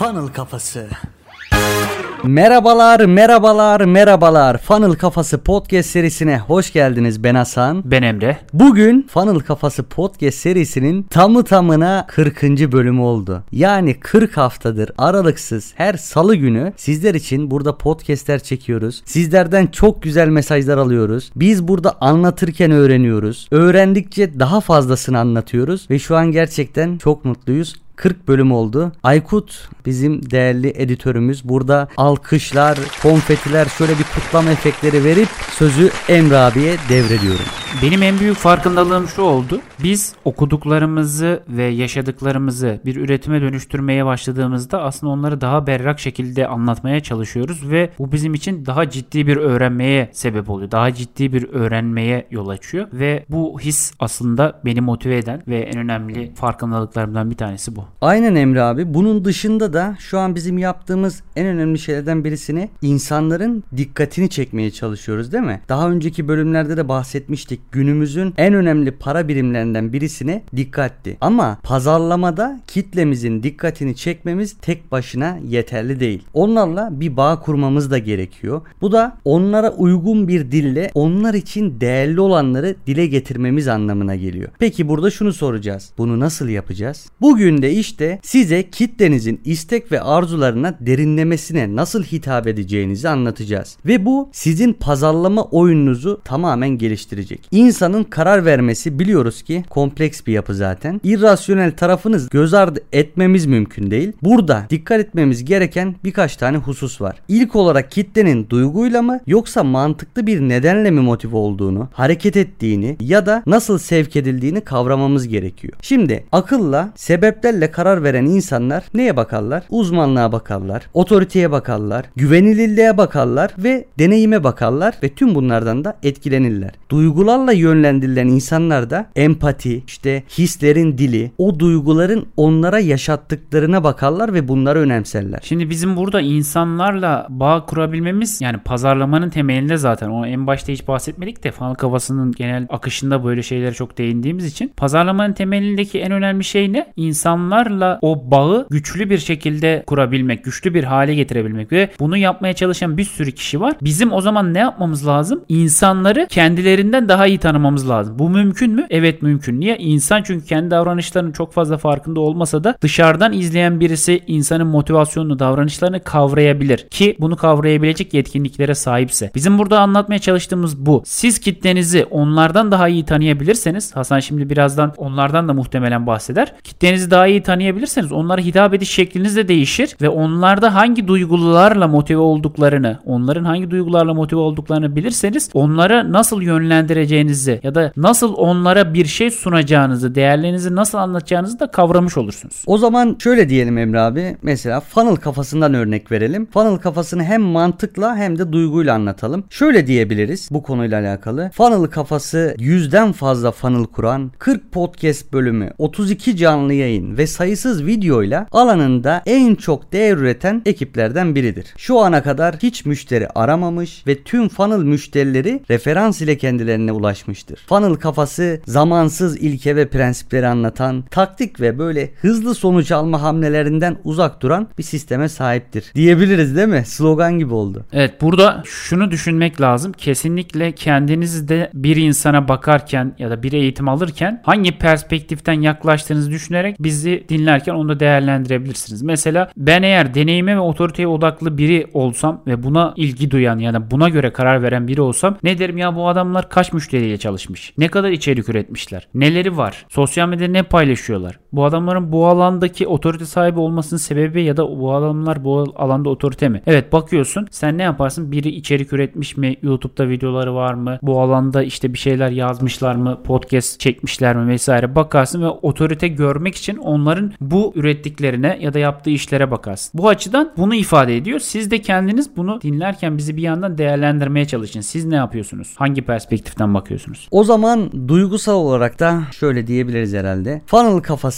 Funnel Kafası. Merhabalar. Funnel Kafası podcast serisine hoş geldiniz. Ben Hasan. Ben Emre. Bugün Funnel Kafası podcast serisinin tamına 40. bölümü oldu. Yani 40 haftadır aralıksız her salı günü sizler için burada podcastler çekiyoruz. Sizlerden çok güzel mesajlar alıyoruz. Biz burada anlatırken öğreniyoruz. Öğrendikçe daha fazlasını anlatıyoruz ve şu an gerçekten çok mutluyuz. 40 bölüm oldu. Aykut bizim değerli editörümüz. Burada alkışlar, konfetiler, şöyle bir kutlama efektleri verip sözü Emre abiye devrediyorum. Benim en büyük farkındalığım şu oldu. Biz okuduklarımızı ve yaşadıklarımızı bir üretime dönüştürmeye başladığımızda aslında onları daha berrak şekilde anlatmaya çalışıyoruz ve bu bizim için daha ciddi bir öğrenmeye sebep oluyor. Daha ciddi bir öğrenmeye yol açıyor ve bu his aslında beni motive eden ve en önemli farkındalıklarımdan bir tanesi bu. Aynen Emre abi. Bunun dışında da şu an bizim yaptığımız en önemli şeylerden birisini insanların dikkatini çekmeye çalışıyoruz, değil mi? Daha önceki bölümlerde de bahsetmiştik. Günümüzün en önemli para birimlerinden birisine dikkatti. Ama pazarlamada kitlemizin dikkatini çekmemiz tek başına yeterli değil. Onlarla bir bağ kurmamız da gerekiyor. Bu da onlara uygun bir dille onlar için değerli olanları dile getirmemiz anlamına geliyor. Peki burada şunu soracağız. Bunu nasıl yapacağız? Bugün de işte size kitlenizin istek ve arzularına derinlemesine nasıl hitap edeceğinizi anlatacağız. Ve bu sizin pazarlama oyununuzu tamamen geliştirecek. İnsanın karar vermesi biliyoruz ki kompleks bir yapı zaten. İrrasyonel tarafınız göz ardı etmemiz mümkün değil. Burada dikkat etmemiz gereken birkaç tane husus var. İlk olarak kitlenin duyguyla mı yoksa mantıklı bir nedenle mi motive olduğunu, hareket ettiğini ya da nasıl sevk edildiğini kavramamız gerekiyor. Şimdi akılla, sebeplerle karar veren insanlar neye bakarlar? Uzmanlığa bakarlar, otoriteye bakarlar, güvenilirliğe bakarlar ve deneyime bakarlar ve tüm bunlardan da etkilenirler. Duygularla yönlendirilen insanlar da empati, işte hislerin dili, o duyguların onlara yaşattıklarına bakarlar ve bunları önemserler. Şimdi bizim burada insanlarla bağ kurabilmemiz yani pazarlamanın temelinde zaten o en başta hiç bahsetmedik de funnel kafasının genel akışında böyle şeylere çok değindiğimiz için pazarlamanın temelindeki en önemli şey ne? İnsanlarla o bağı güçlü bir şekilde kurabilmek, güçlü bir hale getirebilmek ve bunu yapmaya çalışan bir sürü kişi var. Bizim o zaman ne yapmamız lazım? İnsanları kendilerinden daha iyi tanımamız lazım. Bu mümkün mü? Evet mümkün. Niye? İnsan çünkü kendi davranışlarının çok fazla farkında olmasa da dışarıdan izleyen birisi insanın motivasyonunu, davranışlarını kavrayabilir ki bunu kavrayabilecek yetkinliklere sahipse. Bizim burada anlatmaya çalıştığımız bu. Siz kitlenizi onlardan daha iyi tanıyabilirseniz, Hasan şimdi birazdan onlardan da muhtemelen bahseder. Kitlenizi daha iyi tanıyabilirseniz onlara hitap ediş şekliniz de değişir ve onlarda hangi duygularla motive olduklarını, onların hangi duygularla motive olduklarını bilirseniz onlara nasıl yönlendireceğinizi ya da nasıl onlara bir şey sunacağınızı, değerlerinizi nasıl anlatacağınızı da kavramış olursunuz. O zaman şöyle diyelim Emre abi. Mesela funnel kafasından örnek verelim. Funnel kafasını hem mantıkla hem de duyguyla anlatalım. Şöyle diyebiliriz bu konuyla alakalı. Funnel kafası 100'den fazla funnel kuran, 40 podcast bölümü, 32 canlı yayın ve sayısız videoyla alanında en çok değer üreten ekiplerden biridir. Şu ana kadar hiç müşteri aramamış ve tüm funnel müşterileri referans ile kendilerine ulaşmıştır. Funnel kafası zamansız ilke ve prensipleri anlatan, taktik ve böyle hızlı sonuç alma hamlelerinden uzak duran bir sisteme sahiptir. Diyebiliriz değil mi? Slogan gibi oldu. Evet, burada şunu düşünmek lazım. Kesinlikle kendiniz de bir insana bakarken ya da bir eğitim alırken hangi perspektiften yaklaştığınızı düşünerek bizi dinlerken onu da değerlendirebilirsiniz. Mesela ben eğer deneyime ve otoriteye odaklı biri olsam ve buna ilgi duyan yani buna göre karar veren biri olsam ne derim ya, bu adamlar kaç müşteriyle çalışmış? Ne kadar içerik üretmişler? Neleri var? Sosyal medyada ne paylaşıyorlar? Bu adamların bu alandaki otorite sahibi olmasının sebebi ya da bu adamlar bu alanda otorite mi? Evet, bakıyorsun. Sen ne yaparsın? Biri içerik üretmiş mi? YouTube'da videoları var mı? Bu alanda işte bir şeyler yazmışlar mı? Podcast çekmişler mi? Vesaire bakarsın ve otorite görmek için onların bu ürettiklerine ya da yaptığı işlere bakarsın. Bu açıdan bunu ifade ediyor. Siz de kendiniz bunu dinlerken bizi bir yandan değerlendirmeye çalışın. Siz ne yapıyorsunuz? Hangi perspektiften bakıyorsunuz? O zaman duygusal olarak da şöyle diyebiliriz herhalde. Funnel kafası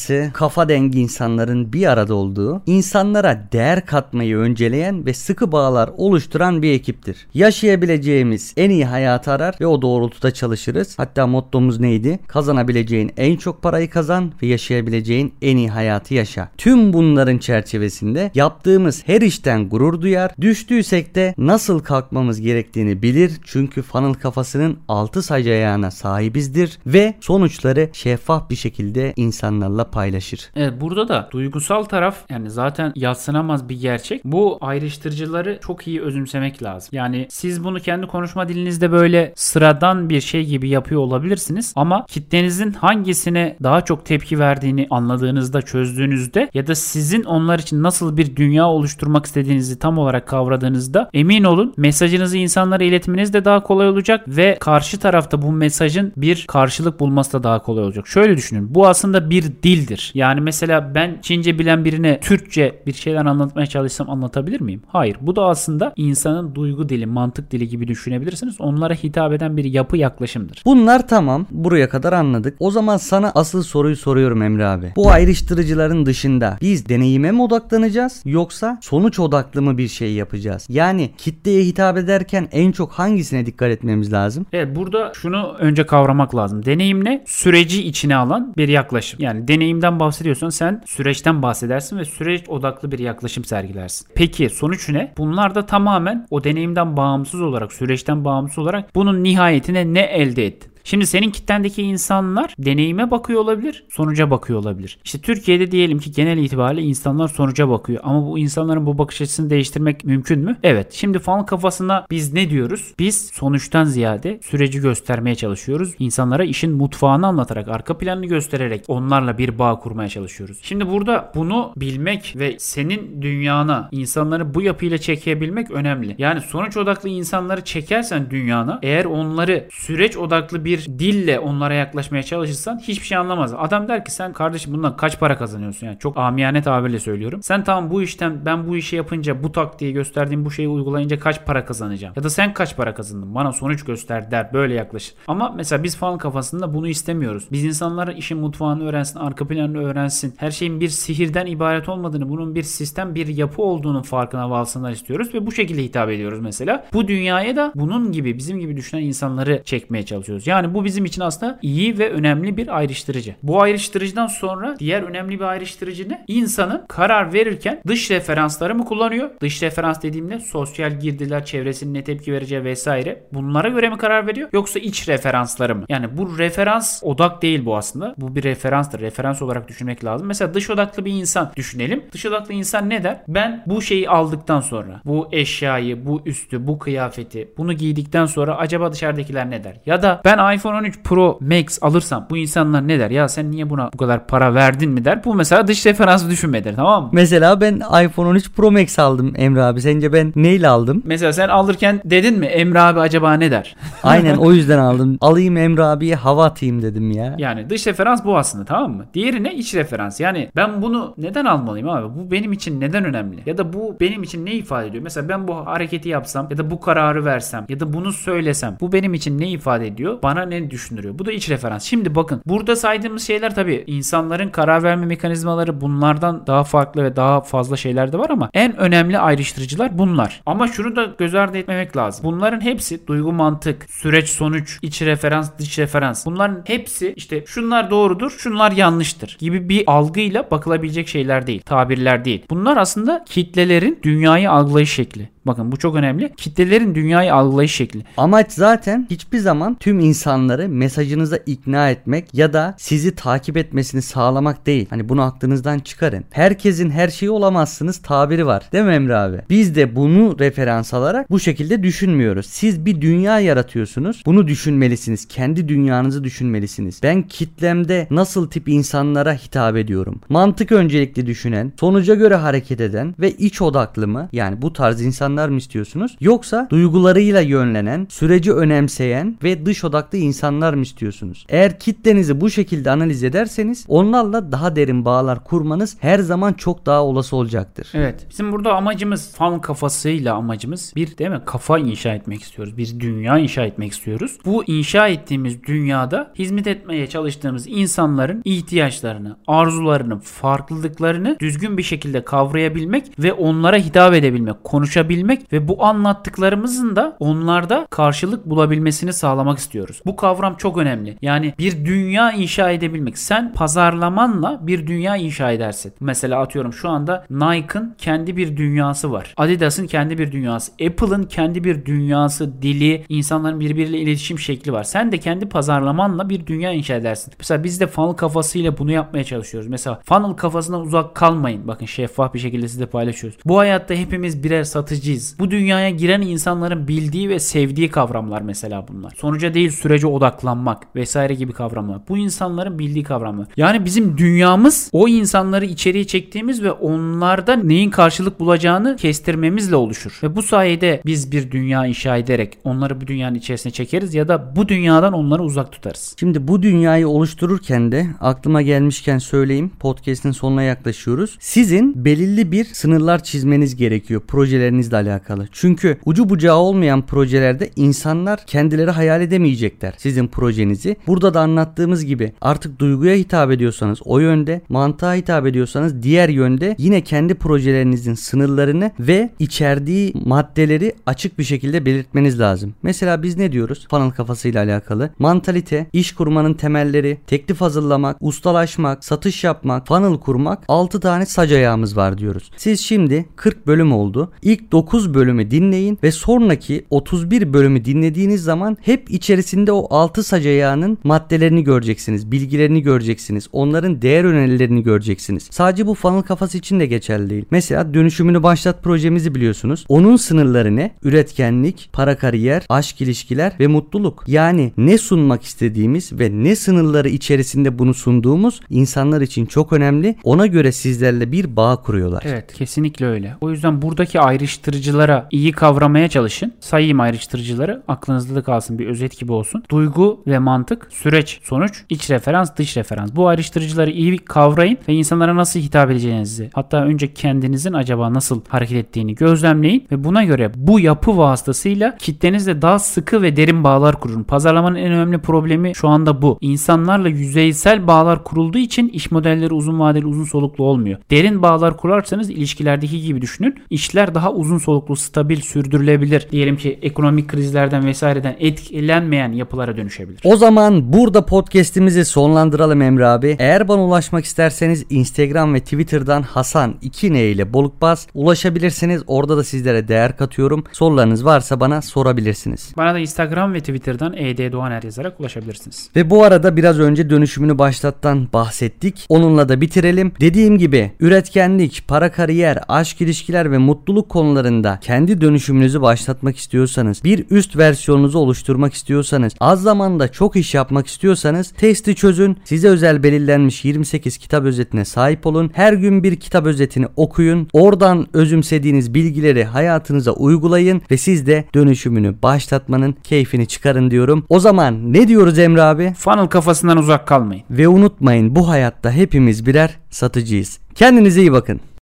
yapısı, kafa dengi insanların bir arada olduğu, insanlara değer katmayı önceleyen ve sıkı bağlar oluşturan bir ekiptir. Yaşayabileceğimiz en iyi hayatı arar ve o doğrultuda çalışırız. Hatta mottomuz neydi? Kazanabileceğin en çok parayı kazan ve yaşayabileceğin en iyi hayatı yaşa. Tüm bunların çerçevesinde yaptığımız her işten gurur duyar, düştüysek de nasıl kalkmamız gerektiğini bilir. Çünkü funnel kafasının 6 sac ayağına sahibizdir ve sonuçları şeffaf bir şekilde insanlarla paylaşır. Evet, burada da duygusal taraf, yani zaten yadsınamaz bir gerçek. Bu ayrıştırıcıları çok iyi özümsemek lazım. Yani siz bunu kendi konuşma dilinizde böyle sıradan bir şey gibi yapıyor olabilirsiniz ama kitlenizin hangisine daha çok tepki verdiğini anladığınızda, çözdüğünüzde ya da sizin onlar için nasıl bir dünya oluşturmak istediğinizi tam olarak kavradığınızda emin olun mesajınızı insanlara iletmeniz de daha kolay olacak ve karşı tarafta bu mesajın bir karşılık bulması da daha kolay olacak. Şöyle düşünün. Bu aslında bir dildir. Yani mesela ben Çince bilen birine Türkçe bir şeyler anlatmaya çalışsam anlatabilir miyim? Hayır. Bu da aslında insanın duygu dili, mantık dili gibi düşünebilirsiniz. Onlara hitap eden bir yapı, yaklaşımdır. Bunlar tamam. Buraya kadar anladık. O zaman sana asıl soruyu soruyorum Emre abi. Bu ayrıştırıcıların dışında biz deneyime mi odaklanacağız yoksa sonuç odaklı mı bir şey yapacağız? Yani kitleye hitap ederken en çok hangisine dikkat etmemiz lazım? Evet, burada şunu önce kavramak lazım. Deneyim ne? Süreci içine alan bir yaklaşım. Yani deneyimden bahsediyorsan sen süreçten bahsedersin ve süreç odaklı bir yaklaşım sergilersin. Peki sonuç ne? Bunlar da tamamen o deneyimden bağımsız olarak, süreçten bağımsız olarak bunun nihayetine ne elde ettin? Şimdi senin kitlendeki insanlar deneyime bakıyor olabilir, sonuca bakıyor olabilir. İşte Türkiye'de diyelim ki genel itibariyle insanlar sonuca bakıyor. Ama bu insanların bu bakış açısını değiştirmek mümkün mü? Evet. Şimdi funnel kafasına biz ne diyoruz? Biz sonuçtan ziyade süreci göstermeye çalışıyoruz. İnsanlara işin mutfağını anlatarak, arka planını göstererek onlarla bir bağ kurmaya çalışıyoruz. Şimdi burada bunu bilmek ve senin dünyana insanları bu yapıyla çekebilmek önemli. Yani sonuç odaklı insanları çekersen dünyana, eğer onları süreç odaklı bir dille onlara yaklaşmaya çalışırsan hiçbir şey anlamaz. Adam der ki sen kardeşim bundan kaç para kazanıyorsun? Yani çok amiyane tabirle söylüyorum. Sen tamam bu işten ben bu işi yapınca, bu taktiği gösterdiğim bu şeyi uygulayınca kaç para kazanacağım? Ya da sen kaç para kazandın? Bana sonuç göster der. Böyle yaklaşır. Ama mesela biz funnel kafasında bunu istemiyoruz. Biz insanlara işin mutfağını öğrensin, arka planını öğrensin. Her şeyin bir sihirden ibaret olmadığını, bunun bir sistem, bir yapı olduğunun farkına varsınlar istiyoruz ve bu şekilde hitap ediyoruz mesela. Bu dünyaya da bunun gibi, bizim gibi düşünen insanları çekmeye çalışıyoruz. Yani bu bizim için aslında iyi ve önemli bir ayrıştırıcı. Bu ayrıştırıcıdan sonra diğer önemli bir ayrıştırıcı ne? İnsanın karar verirken dış referansları mı kullanıyor? Dış referans dediğimde sosyal girdiler, çevresinin ne tepki vereceği vesaire. Bunlara göre mi karar veriyor? Yoksa iç referansları mı? Yani bu referans odak değil bu aslında. Bu bir referanstır. Referans olarak düşünmek lazım. Mesela dış odaklı bir insan düşünelim. Dış odaklı insan ne der? Ben bu şeyi aldıktan sonra, bu eşyayı, bu üstü, bu kıyafeti, bunu giydikten sonra acaba dışarıdakiler ne der? Ya da ben iPhone 13 Pro Max alırsam bu insanlar ne der? Ya sen niye buna bu kadar para verdin mi der? Bu mesela dış referansı düşünmedir, tamam mı? Mesela ben iPhone 13 Pro Max aldım Emre abi. Sence ben neyle aldım? Mesela sen alırken dedin mi Emre abi acaba ne der? Aynen o yüzden aldım. Alayım Emre abiye hava atayım dedim ya. Yani dış referans bu aslında, tamam mı? Diğeri ne? İç referans. Yani ben bunu neden almalıyım abi? Bu benim için neden önemli? Ya da bu benim için ne ifade ediyor? Mesela ben bu hareketi yapsam ya da bu kararı versem ya da bunu söylesem bu benim için ne ifade ediyor? Bana ne düşündürüyor? Bu da iç referans. Şimdi bakın burada saydığımız şeyler tabii insanların karar verme mekanizmaları, bunlardan daha farklı ve daha fazla şeyler de var ama en önemli ayrıştırıcılar bunlar. Ama şunu da göz ardı etmemek lazım. Bunların hepsi duygu, mantık, süreç, sonuç, iç referans, dış referans. Bunların hepsi işte şunlar doğrudur, şunlar yanlıştır gibi bir algıyla bakılabilecek şeyler değil. Tabirler değil. Bunlar aslında kitlelerin dünyayı algılayış şekli. Bakın bu çok önemli. Kitlelerin dünyayı algılayış şekli. Amaç zaten hiçbir zaman tüm insanları mesajınıza ikna etmek ya da sizi takip etmesini sağlamak değil. Hani bunu aklınızdan çıkarın. Herkesin her şeyi olamazsınız tabiri var. Değil mi Emre abi? Biz de bunu referans alarak bu şekilde düşünmüyoruz. Siz bir dünya yaratıyorsunuz. Bunu düşünmelisiniz. Kendi dünyanızı düşünmelisiniz. Ben kitlemde nasıl tip insanlara hitap ediyorum? Mantık öncelikli düşünen, sonuca göre hareket eden ve iç odaklı mı? Yani bu tarz insanlar insanlar mı istiyorsunuz? Yoksa duygularıyla yönlenen, süreci önemseyen ve dış odaklı insanlar mı istiyorsunuz? Eğer kitlenizi bu şekilde analiz ederseniz onlarla daha derin bağlar kurmanız her zaman çok daha olası olacaktır. Evet. Bizim burada amacımız, funnel kafasıyla amacımız bir, değil mi? Kafa inşa etmek istiyoruz. Bir dünya inşa etmek istiyoruz. Bu inşa ettiğimiz dünyada hizmet etmeye çalıştığımız insanların ihtiyaçlarını, arzularını, farklılıklarını düzgün bir şekilde kavrayabilmek ve onlara hitap edebilmek, konuşabilmek ve bu anlattıklarımızın da onlarda karşılık bulabilmesini sağlamak istiyoruz. Bu kavram çok önemli. Yani bir dünya inşa edebilmek. Sen pazarlamanla bir dünya inşa edersin. Mesela atıyorum şu anda Nike'ın kendi bir dünyası var. Adidas'ın kendi bir dünyası. Apple'ın kendi bir dünyası, dili, insanların birbiriyle iletişim şekli var. Sen de kendi pazarlamanla bir dünya inşa edersin. Mesela biz de funnel kafasıyla bunu yapmaya çalışıyoruz. Mesela funnel kafasından uzak kalmayın. Bakın şeffaf bir şekilde size paylaşıyoruz. Bu hayatta hepimiz birer satıcıyız. Bu dünyaya giren insanların bildiği ve sevdiği kavramlar mesela bunlar. Sonuca değil sürece odaklanmak vesaire gibi kavramlar. Bu insanların bildiği kavramlar. Yani bizim dünyamız o insanları içeriye çektiğimiz ve onlarda neyin karşılık bulacağını kestirmemizle oluşur. Ve bu sayede biz bir dünya inşa ederek onları bu dünyanın içerisine çekeriz ya da bu dünyadan onları uzak tutarız. Şimdi bu dünyayı oluştururken de aklıma gelmişken söyleyeyim. Podcast'in sonuna yaklaşıyoruz. Sizin belirli bir sınırlar çizmeniz gerekiyor projelerinizle alakalı. Çünkü ucu bucağı olmayan projelerde insanlar kendileri hayal edemeyecekler sizin projenizi. Burada da anlattığımız gibi artık duyguya hitap ediyorsanız o yönde, mantığa hitap ediyorsanız diğer yönde yine kendi projelerinizin sınırlarını ve içerdiği maddeleri açık bir şekilde belirtmeniz lazım. Mesela biz ne diyoruz? Funnel kafasıyla alakalı. Mantalite, iş kurmanın temelleri, teklif hazırlamak, ustalaşmak, satış yapmak, funnel kurmak 6 tane sac ayağımız var diyoruz. Siz şimdi 40 bölüm oldu. İlk 9 bölümü dinleyin ve sonraki 31 bölümü dinlediğiniz zaman hep içerisinde o 6 sac ayağının maddelerini göreceksiniz, bilgilerini göreceksiniz, onların değer önerilerini göreceksiniz. Sadece bu funnel kafası için de geçerli değil. Mesela dönüşümünü başlat projemizi biliyorsunuz. Onun sınırları ne? Üretkenlik, para kariyer, aşk ilişkiler ve mutluluk. Yani ne sunmak istediğimiz ve ne sınırları içerisinde bunu sunduğumuz insanlar için çok önemli. Ona göre sizlerle bir bağ kuruyorlar. Evet, kesinlikle öyle. O yüzden buradaki ayrıştırıcılara iyi kavramaya çalışın. Sayayım ayrıştırıcıları. Aklınızda da kalsın, bir özet gibi olsun. Duygu ve mantık, süreç, sonuç, iç referans, dış referans. Bu ayrıştırıcıları iyi kavrayın ve insanlara nasıl hitap edeceğinizi, hatta önce kendinizin acaba nasıl hareket ettiğini gözlemleyin ve buna göre bu yapı vasıtasıyla kitlenizle daha sıkı ve derin bağlar kurun. Pazarlamanın en önemli problemi şu anda bu. İnsanlarla yüzeysel bağlar kurulduğu için iş modelleri uzun vadeli, uzun soluklu olmuyor. Derin bağlar kurarsanız ilişkilerdeki gibi düşünün. İşler daha uzun soluklu, stabil, sürdürülebilir. Diyelim ki ekonomik krizlerden vesaireden etkilenmeyen yapılara dönüşebilir. O zaman burada podcast'imizi sonlandıralım Emre abi. Eğer bana ulaşmak isterseniz Instagram ve Twitter'dan Hasan 2N ile Bolukbaz ulaşabilirsiniz. Orada da sizlere değer katıyorum. Sorularınız varsa bana sorabilirsiniz. Bana da Instagram ve Twitter'dan @doğaner yazarak ulaşabilirsiniz. Ve bu arada biraz önce dönüşümünü başlattan bahsettik. Onunla da bitirelim. Dediğim gibi üretkenlik, para kariyer, aşk ilişkiler ve mutluluk konularında kendi dönüşümünüzü başlatmak istiyorsanız, bir üst versiyonunuzu oluşturmak istiyorsanız, az zamanda çok iş yapmak istiyorsanız testi çözün. Size özel belirlenmiş 28 kitap özetine sahip olun. Her gün bir kitap özetini okuyun. Oradan özümsediğiniz bilgileri hayatınıza uygulayın ve siz de dönüşümünü başlatmanın keyfini çıkarın diyorum. O zaman ne diyoruz Emre abi? Funnel kafasından uzak kalmayın. Ve unutmayın, bu hayatta hepimiz birer satıcıyız. Kendinize iyi bakın.